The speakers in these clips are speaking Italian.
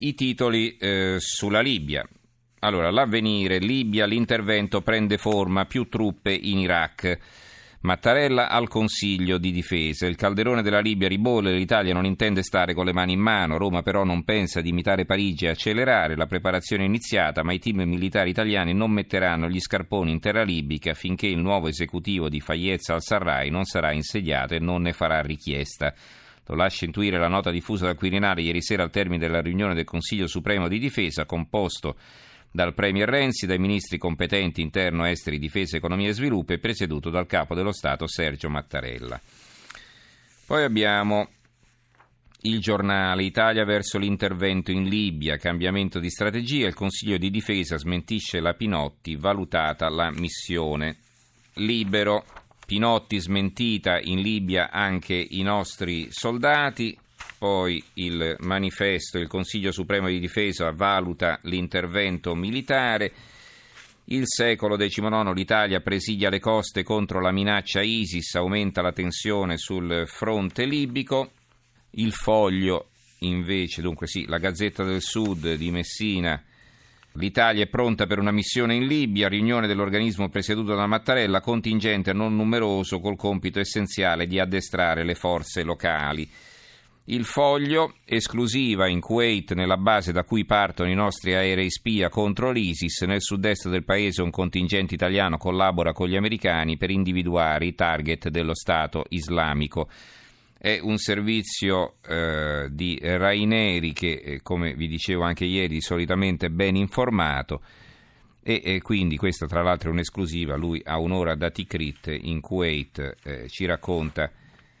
I titoli sulla Libia. Allora, l'Avvenire, Libia, l'intervento prende forma, più truppe in Iraq. Mattarella al Consiglio di Difesa. Il calderone della Libia ribolle, l'Italia non intende stare con le mani in mano, Roma però non pensa di imitare Parigi e accelerare, la preparazione è iniziata, ma i team militari italiani non metteranno gli scarponi in terra libica finché il nuovo esecutivo di Fayez al-Sarraj non sarà insediato e non ne farà richiesta. Lo lascia intuire la nota diffusa dal Quirinale ieri sera al termine della riunione del Consiglio Supremo di Difesa, composto dal Premier Renzi, dai ministri competenti interno, esteri, difesa, economia e sviluppo e presieduto dal capo dello Stato Sergio Mattarella. Poi abbiamo il Giornale, Italia verso l'intervento in Libia, cambiamento di strategia, il Consiglio di Difesa smentisce la Pinotti, valutata la missione. Libero, Pinotti smentita, in Libia anche i nostri soldati. Poi il manifesto, il Consiglio Supremo di Difesa valuta l'intervento militare. Il Secolo XIX, l'Italia presidia le coste contro la minaccia ISIS, aumenta la tensione sul fronte libico. Il Foglio invece, dunque sì, la Gazzetta del Sud di Messina, l'Italia è pronta per una missione in Libia, riunione dell'organismo presieduto da Mattarella, contingente non numeroso col compito essenziale di addestrare le forze locali. Il Foglio, esclusiva in Kuwait, nella base da cui partono i nostri aerei spia contro l'ISIS, nel sud-est del paese un contingente italiano collabora con gli americani per individuare i target dello Stato islamico. È un servizio di Raineri che, come vi dicevo anche ieri, solitamente è ben informato e quindi questa tra l'altro è un'esclusiva. Lui a un'ora da Tikrit in Kuwait ci racconta,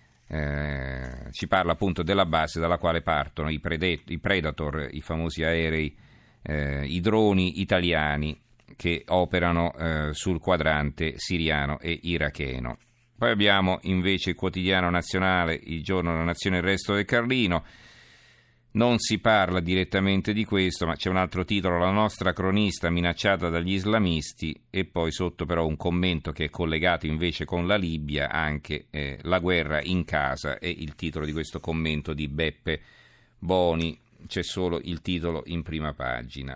ci parla appunto della base dalla quale partono i Predator, i famosi aerei, i droni italiani che operano sul quadrante siriano e iracheno. Poi abbiamo invece il Quotidiano Nazionale, Il Giorno della Nazione e il Resto del Carlino. Non si parla direttamente di questo, ma c'è un altro titolo, la nostra cronista minacciata dagli islamisti, e poi sotto però un commento che è collegato invece con la Libia, anche la guerra in casa, è il titolo di questo commento di Beppe Boni, c'è solo il titolo in prima pagina.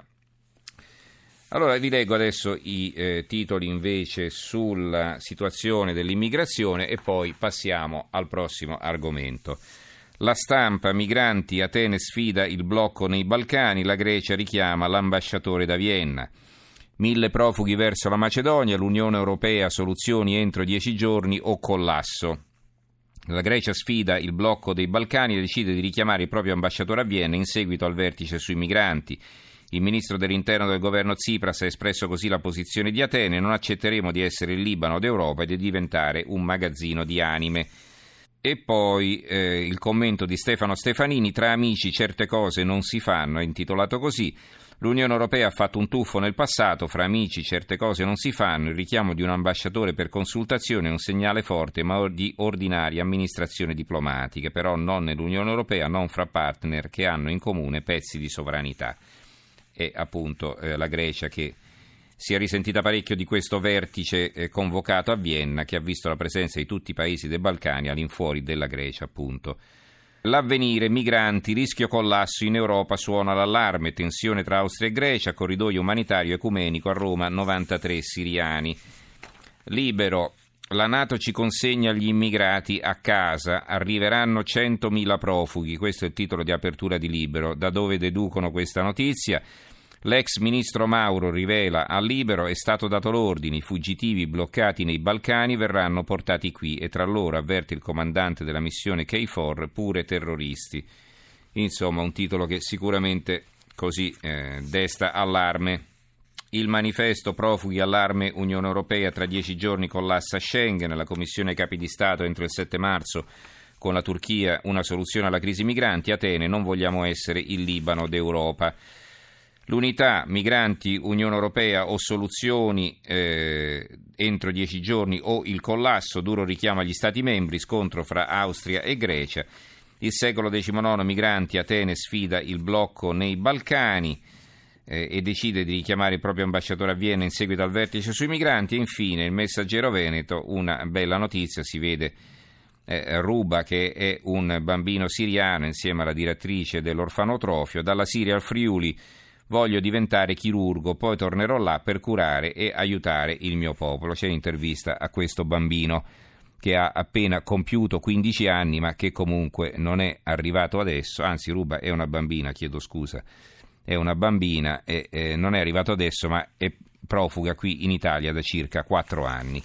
Allora vi leggo adesso i titoli invece sulla situazione dell'immigrazione e poi passiamo al prossimo argomento. La Stampa, migranti, Atene sfida il blocco nei Balcani, la Grecia richiama l'ambasciatore da Vienna. 1000 profughi verso la Macedonia, l'Unione Europea, soluzioni entro 10 giorni o collasso. La Grecia sfida il blocco dei Balcani e decide di richiamare il proprio ambasciatore a Vienna in seguito al vertice sui migranti. Il ministro dell'interno del governo Tsipras ha espresso così la posizione di Atene: non accetteremo di essere il Libano d'Europa e di diventare un magazzino di anime. E poi il commento di Stefano Stefanini, tra amici certe cose non si fanno, è intitolato così. L'Unione Europea ha fatto un tuffo nel passato, fra amici certe cose non si fanno, il richiamo di un ambasciatore per consultazione è un segnale forte ma di ordinaria amministrazione diplomatica, però non nell'Unione Europea, non fra partner che hanno in comune pezzi di sovranità. E appunto la Grecia che si è risentita parecchio di questo vertice convocato a Vienna, che ha visto la presenza di tutti i paesi dei Balcani all'infuori della Grecia, appunto. L'Avvenire, migranti, rischio collasso in Europa, suona l'allarme, tensione tra Austria e Grecia, corridoio umanitario ecumenico a Roma, 93 siriani. Libero, la NATO ci consegna gli immigrati a casa, arriveranno 100.000 profughi, questo è il titolo di apertura di Libero. Da dove deducono questa notizia? L'ex ministro Mauro rivela a Libero: è stato dato l'ordine, i fuggitivi bloccati nei Balcani verranno portati qui e tra loro, avverte il comandante della missione KFOR, pure terroristi. Insomma, un titolo che sicuramente così desta allarme. Il manifesto, profughi, allarme Unione Europea, tra 10 giorni collassa Schengen, la Commissione Capi di Stato entro il 7 marzo con la Turchia una soluzione alla crisi migranti, Atene non vogliamo essere il Libano d'Europa. L'Unità, migranti, Unione Europea o soluzioni entro 10 giorni o il collasso, duro richiamo agli Stati membri, scontro fra Austria e Grecia. Il Secolo XIX, migranti, Atene sfida il blocco nei Balcani e decide di richiamare il proprio ambasciatore a Vienna in seguito al vertice sui migranti. E infine il Messaggero Veneto, una bella notizia, si vede Ruba, che è un bambino siriano insieme alla direttrice dell'orfanotrofio, dalla Siria al Friuli voglio diventare chirurgo, poi tornerò là per curare e aiutare il mio popolo. C'è l'intervista a questo bambino che ha appena compiuto 15 anni ma che comunque non è arrivato adesso, anzi Ruba è una bambina, chiedo scusa, è una bambina e non è arrivato adesso ma è profuga qui in Italia da circa 4 anni.